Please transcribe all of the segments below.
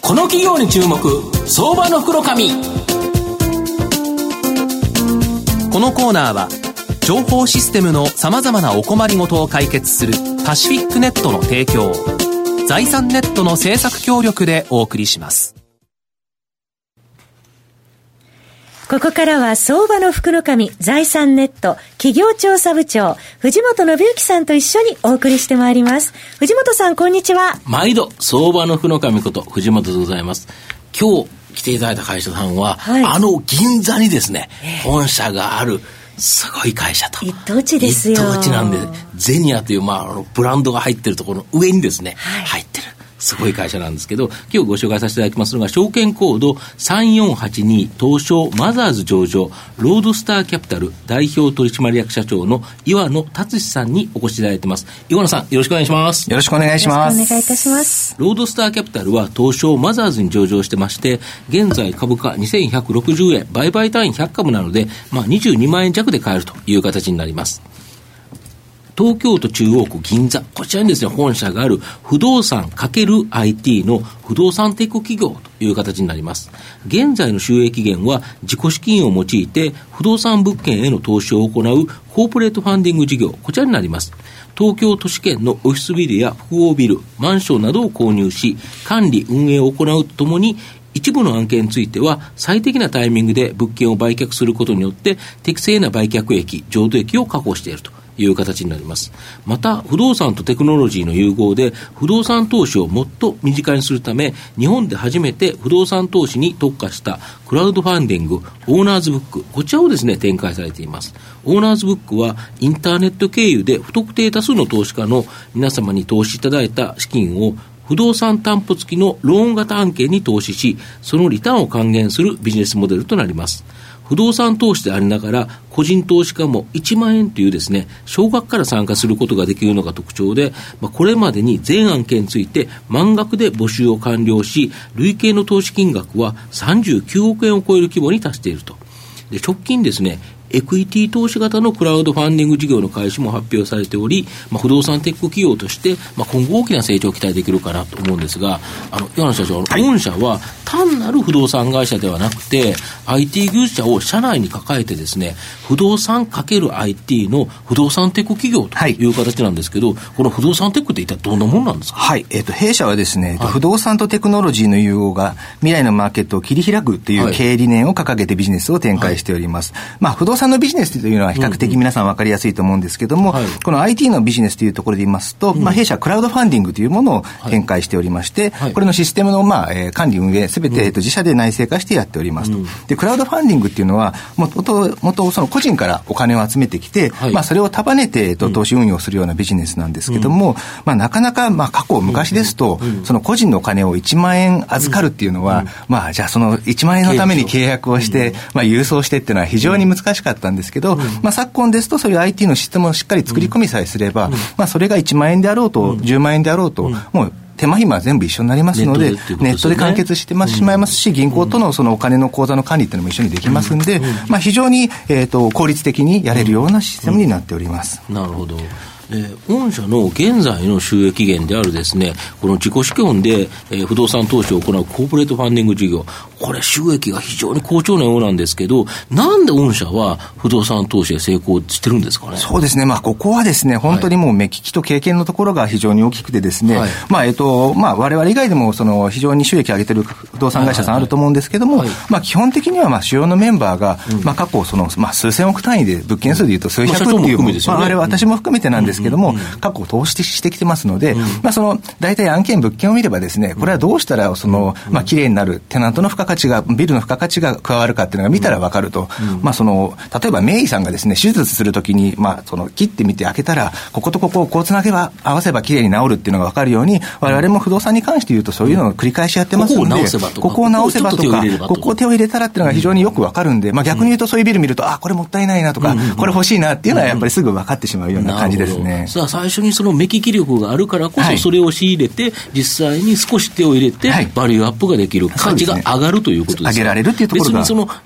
この企業に注目、相場の袋紙。 このコーナーは情報システムのさまざまなお困りごとを解決するパシフィックネットの提供、財産ネットの制作協力でお送りします。 ここからは相場の福の神、財産ネット企業調査部長藤本信之さんと一緒にお送りしてまいります。藤本さん、こんにちは。 毎度相場の福の神こと藤本でございます。今日来ていただいた会社さんは、銀座にですね、本社があるすごい会社と。 一等地ですよ。 一等地なんで、ゼニアという、ブランドが入ってるところの上にですね、入ってるすごい会社なんですけど、今日ご紹介させていただきますのが、証券コード3482東証マザーズ上場ロードスターキャピタル代表取締役社長の岩野達史さんにお越しいただいています。岩野さん、よろしくお願いします。 よろしくお願いします。 よろしくお願いいたします。 ロードスターキャピタルは東証マザーズに上場してまして、現在株価2160円、売買単位100株なので、22万円弱で買えるという形になります。東京都中央区銀座、こちらにですね、本社がある不動産×IT の不動産テック企業という形になります。現在の収益源は自己資金を用いて不動産物件への投資を行うコーポレートファンディング事業、こちらになります。東京都市圏のオフィスビルや複合ビル、マンションなどを購入し、管理運営を行うとともに、一部の案件については最適なタイミングで物件を売却することによって適正な売却益、譲渡益を確保しているという形になります。また、不動産とテクノロジーの融合で不動産投資をもっと身近にするため、日本で初めて不動産投資に特化したクラウドファンディングオーナーズブック、こちらをですね、展開されています。オーナーズブックはインターネット経由で不特定多数の投資家の皆様に投資いただいた資金を不動産担保付きのローン型案件に投資し、そのリターンを還元するビジネスモデルとなります。不動産投資でありながら、個人投資家も1万円というですね、少額から参加することができるのが特徴で、これまでに全案件について満額で募集を完了し、累計の投資金額は39億円を超える規模に達していると。で、直近ですね、エクイティ投資型のクラウドファンディング事業の開始も発表されており、不動産テック企業として、今後大きな成長を期待できるかなと思うんですが、岩野社長、本社は単なる不動産会社ではなくて IT 技術者を社内に抱えてですね、不動産×IT の不動産テック企業という形なんですけど、この不動産テックって一体どんなものなんですか？ はい、弊社はですね、不動産とテクノロジーの融合が未来のマーケットを切り開くという経営理念を掲げてビジネスを展開しております。不動産のビジネスというのは比較的皆さん分かりやすいと思うんですけども、この IT のビジネスというところで言いますと、弊社はクラウドファンディングというものを展開しておりまして、これのシステムの管理運営すべて自社で内製化してやっておりますと。で、クラウドファンディングっていうのはもとその個人からお金を集めてきて、それを束ねて投資運用するようなビジネスなんですけども、なかなか昔ですと、その個人のお金を1万円預かるっていうのは、じゃあその1万円のために契約をして、郵送してっていうのは非常に難しかったんですけど、昨今ですとそういう IT のシステムをしっかり作り込みさえすれば、それが1万円であろうと10万円であろうと、もう手間暇は全部一緒になりますので、ネットで完結してしまいますし、銀行とのそのお金の口座の管理っていうのも一緒にできますんで、非常に効率的にやれるようなシステムになっております。 なるほど。御社の現在の収益源であるですね、この自己資本で、不動産投資を行うコーポレートファンディング事業、これ収益が非常に好調なようなんですけど、なんで御社は不動産投資で成功してるんですかね？ そうですね、ここはですね、本当にもう目利きと経験のところが非常に大きくてですね、我々以外でもその非常に収益を上げてる不動産会社さんあると思うんですけども、基本的には主要のメンバーが、過去その数千億単位で物件数でいうと数百っていう、あれは私も含めてなんですけども、過去投資してきてますので、その大体案件物件を見ればですね、これはどうしたらその綺麗になるテナントの付加価値が、ビルの付加価値が加わるかっていうのが見たら分かると、その例えば名医さんがですね、手術するときにその切ってみて開けたらこことここをこうつなげば合わせば綺麗に治るっていうのが分かるように、我々も不動産に関して言うとそういうのを繰り返しやってますので、ここを直せばとかここを手を入れたらっていうのが非常によく分かるんで、逆に言うとそういうビル見るとこれもったいないなとか、これ欲しいなっていうのはやっぱりすぐ分かってしまうような感じですね。 最初にその目利き力があるからこそ、それを仕入れて実際に少し手を入れて、バリューアップができる、価値が上がるということです。 上げられるっていうところが、 別にその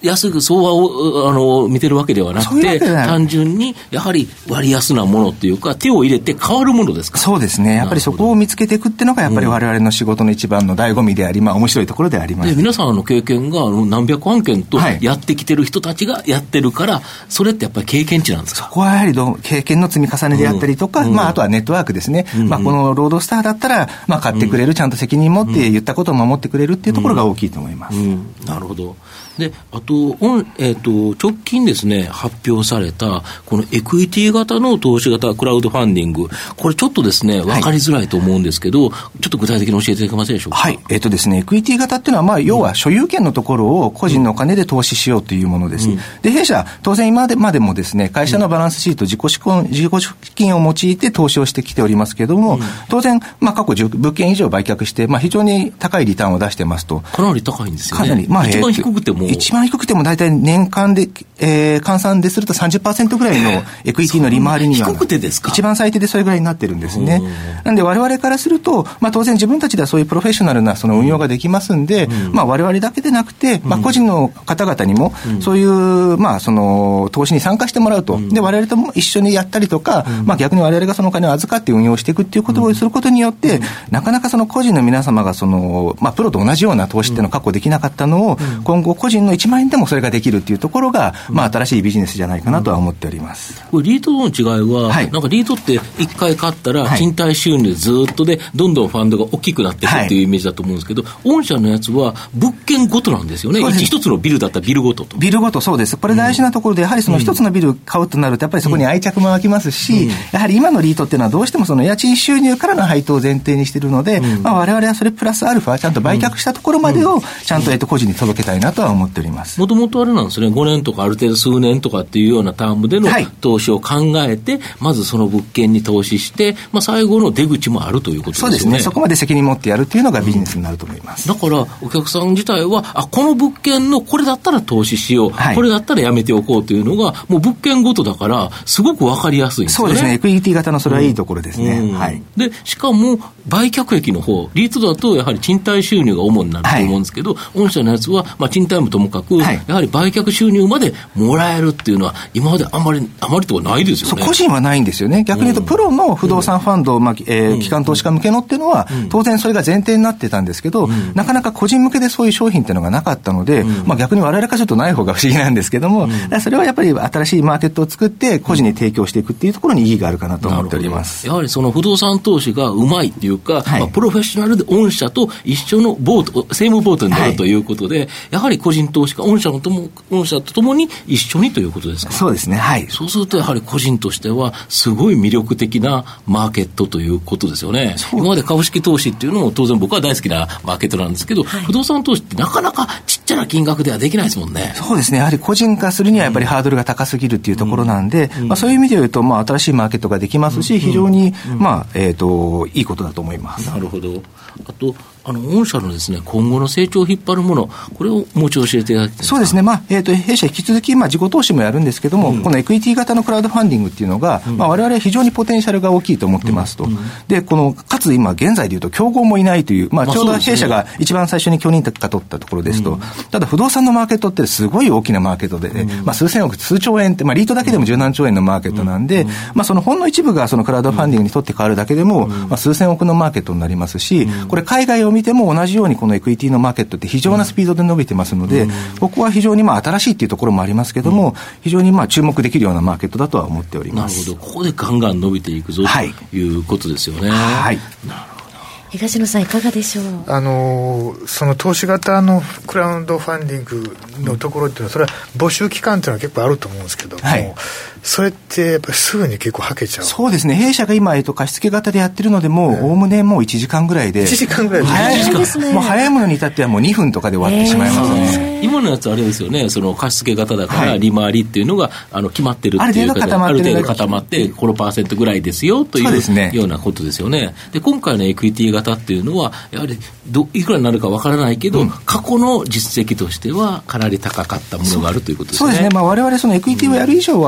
安く相場を見てるわけではなくて、単純にやはり割安なものっていうか、手を入れて変わるものですか。 そうですね。やっぱりそこを見つけていくっていうのがやっぱり我々の仕事の一番の醍醐味であり、面白いところであります。 で、皆さんの経験が何百案件とやってきてる人たちがやってるから、それってやっぱり経験値なんですか。 そこはやはり経験の積み重ねであったりとか、あとはネットワークですね。このロードスターだったら、買ってくれる、ちゃんと責任持って言ったことを守ってくれるっていうところが大きいと思います。 なるほど。で、あと、直近ですね、発表された、このエクイティ型の投資型クラウドファンディング、これちょっとですね、分かりづらいと思うんですけど、ちょっと具体的に教えていただけませんでしょうか。 はい。ですね、エクイティ型っていうのは、要は所有権のところを個人のお金で投資しようというものです。で、弊社、当然今までもですね、会社のバランスシート、自己資金を用いて投資をしてきておりますけれども、当然、過去10物件以上売却して、非常に高いリターンを出してますと。 かなり高いんですよね。 かなり、 一番低くても。 一番低くても大体年間で、換算ですると 30% ぐらいのエクイティの利回りには。 低くてですか。 一番最低でそれぐらいになってるんですね。なんで我々からすると、当然自分たちではそういうプロフェッショナルなその運用ができますんで、我々だけでなくて、個人の方々にも、そういう、その、投資に参加してもらうと。で、我々とも一緒にやったりとか、逆に我々がそのお金を預かって運用していくっていうことをすることによって、なかなかその個人の皆様がその、プロと同じような投資っていうのを確保できなかったのを、今後個人の1万円でもそれができるっていうところが、新しいビジネスじゃないかなとは思っております。 これリートの違いは、なんかリートって1回買ったら賃貸収入ずっとでどんどんファンドが大きくなっていくっていうイメージだと思うんですけど、御社のやつは物件ごとなんですよね。一つのビルだったらビルごとと。 ビルごと、そうです。これ大事なところで、やはりその一つのビル買うとなると、やっぱりそこに愛着も湧きますし、やはり今のリートっていうのはどうしてもその家賃収入からの配当を前提にしているので、我々はそれプラスアルファ、ちゃんと売却したところまでをちゃんと個人に届けたいなとは思っております。 もともとあれなんですね、5年とかある程度数年とかっていうようなタームでの投資を考えて、まずその物件に投資して、最後の出口もあるということですよね。 そうですね。そこまで責任持ってやるっていうのがビジネスになると思います。 だからお客さん自体は、この物件のこれだったら投資しよう、これだったらやめておこうというのがもう物件ごとだからすごく分かりやすいんですよね。 そうですね。エクイティ型のそれはいいところですね。 でしかも売却益の方、リートだとやはり賃貸収入が主になると思うんですけど、御社のやつは、賃貸もともかく、やはり売却収入までもらえるっていうのは今まであまりとかないですよね。 そう、個人はないんですよね。逆に言うとプロの不動産ファンド、機関投資家向けのっていうのは、当然それが前提になってたんですけど、なかなか個人向けでそういう商品っていうのがなかったので、逆に我々からするとない方が不思議なんですけども、それはやっぱり新しいマーケットを作って個人に提供していくっていうところに意義があるかなと思っております。 やはりその不動産投資がうまいっていうか、プロフェッショナルで御社と一緒のボート、セームボートになるということで、やはり個人投資家、御社とともに一緒にということですか。 そうですね。 そうするとやはり個人としてはすごい魅力的なマーケットということですよね。今まで株式投資っていうのも当然僕は大好きなマーケットなんですけど、不動産投資ってなかなかちっちゃな金額ではできないですもんね。 そうですね。やはり個人化するにはやっぱりハードルが高すぎるっていうところなんで、そういう意味で言うと、新しいマーケットができますし、非常に、いいことだと思います。 なるほど。あと御社のですね、今後の成長を引っ張るもの、これをもうちょっと教えていただきたいですか。 そうですね。弊社引き続き、自己投資もやるんですけども、このエクイティ型のクラウドファンディングっていうのが、我々は非常にポテンシャルが大きいと思ってますと。で、かつ今現在でいうと競合もいないという、ちょうど弊社が一番最初に許認可取ったところですと、ただ不動産のマーケットってすごい大きなマーケットで、数千億、数兆円って、リートだけでも十何兆円のマーケットなんで、そのほんの一部がそのクラウドファンディングに取って変わるだけでも、数千億のマーケットになりますし、これ海外を見ても同じようにこのエクイティのマーケットって非常なスピードで伸びてますので、ここは非常に新しいっていうところもありますけども、非常に注目できるようなマーケットだとは思っております。 なるほど。ここでガンガン伸びていくぞということですよね。なるほど。 東野さんいかがでしょう。 その投資型のクラウドファンディングのところっていうのは、それは募集期間っていうのは結構あると思うんですけども、それってやっぱりすぐに結構はけちゃう。 そうですね。弊社が今、貸付型でやってるのでも、おおむねもう1時間ぐらいで。 1時間ぐらいで。 早いですね。 もう早いものに至ってはもう2分とかで終わってしまいますね。 今のやつあれですよね、その貸付型だから利回りっていうのが決まってるっていうか、ある程度固まって、この%ぐらいですよというようなことですよね。で、今回のエクイティ型っていうのは、やはりいくらになるかわからないけど、過去の実績としてはかなり高かったものがあるということですね。 そうですね。我々そのエクイティをやる以上は、今の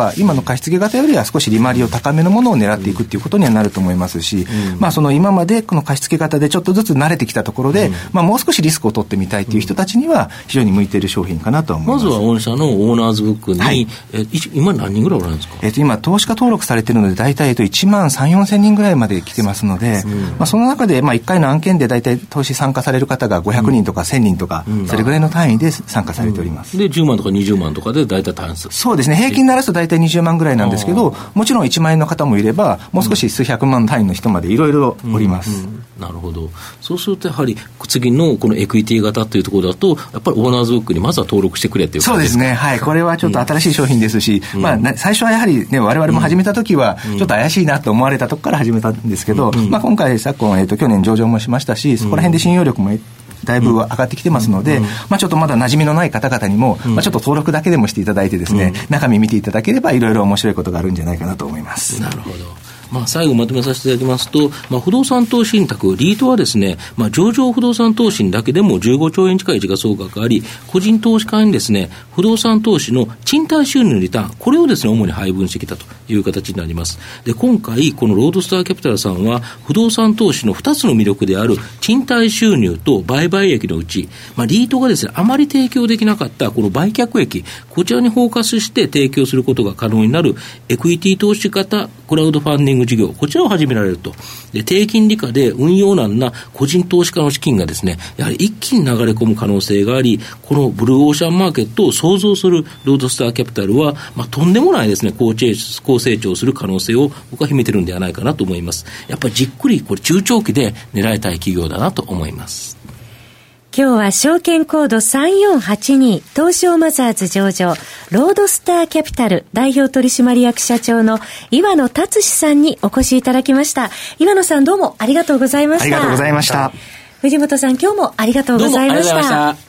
貸付型よりは少し利回りを高めのものを狙っていくっていうことにはなると思いますし、その今までこの貸付型でちょっとずつ慣れてきたところで、もう少しリスクを取ってみたいっていう人たちには非常に向いている商品かなと思います。 まずは御社のオーナーズブックに、はい、今何人ぐらいおられるんですか？ 今投資家登録されているので大体1万3、4千人ぐらいまで来てますので、その中で1回の案件で大体投資参加される方が500人とか1000人とか、それぐらいの単位で参加されております。 で10万とか20万とかで大体単数。 そうですね、平均ならすと大体20万ぐらいなんですけど、もちろん1万円の方もいればもう少し数百万単位の人までいろいろおります。 なるほど。そうするとやはり次のこのエクイティ型というところだとやっぱりオーナーズブックにまずは登録してくれっていう感じですか？ そうですね、はい、これはちょっと新しい商品ですし、最初はやはりね、我々も始めた時はちょっと怪しいなと思われたところから始めたんですけど、今回昨今、去年上場もしましたし、そこら辺で信用力もだいぶ上がってきてますので、ちょっとまだ馴染みのない方々にも、ちょっと登録だけでもしていただいてですね、中身見ていただければいろいろ面白いことがあるんじゃないかなと思います。 なるほど。最後まとめさせていただきますと、不動産投資信託、リートはですね、上場不動産投資だけでも15兆円近い時価総額あり、個人投資家にですね、不動産投資の賃貸収入のリターン、これをですね、主に配分してきたという形になります。で、今回、このロードスターキャピタルさんは、不動産投資の2つの魅力である賃貸収入と売買益のうち、リートがですね、あまり提供できなかったこの売却益、こちらにフォーカスして提供することが可能になるエクイティ投資型クラウドファンディング事業、こちらを始められると。で、低金利下で運用難な個人投資家の資金がですね、やはり一気に流れ込む可能性があり、このブルーオーシャンマーケットを創造するロードスターキャピタルは、とんでもないですね、高成長する可能性を僕は秘めてるんではないかなと思います。やっぱりじっくりこれ中長期で狙いたい企業だなと思います。 今日は証券コード3482東証マザーズ上場ロードスターキャピタル代表取締役社長の岩野達史さんにお越しいただきました。岩野さん、どうもありがとうございました。 ありがとうございました。 藤本さん、今日もありがとうございました。どうもありがとうございました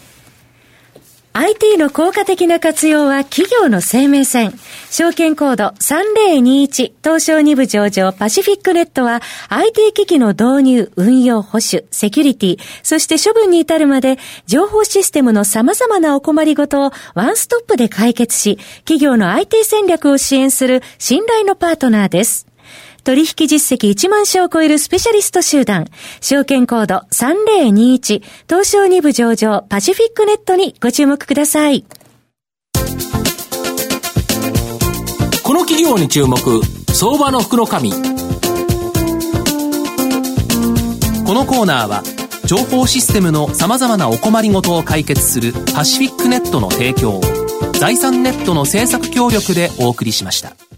。IT の効果的な活用は企業の生命線。証券コード3021東証2部上場パシフィックネットは IT 機器の導入、運用、保守、セキュリティ、そして処分に至るまで情報システムの様々なお困りごとをワンストップで解決し、企業の IT 戦略を支援する信頼のパートナーです。取引実績1万社を超えるスペシャリスト集団、証券コード3021東証2部上場パシフィックネットにご注目ください。 この企業に注目、相場の福の神。 このコーナーは情報システムの様々なお困りごとを解決するパシフィックネットの提供、財産ネットの制作協力でお送りしました。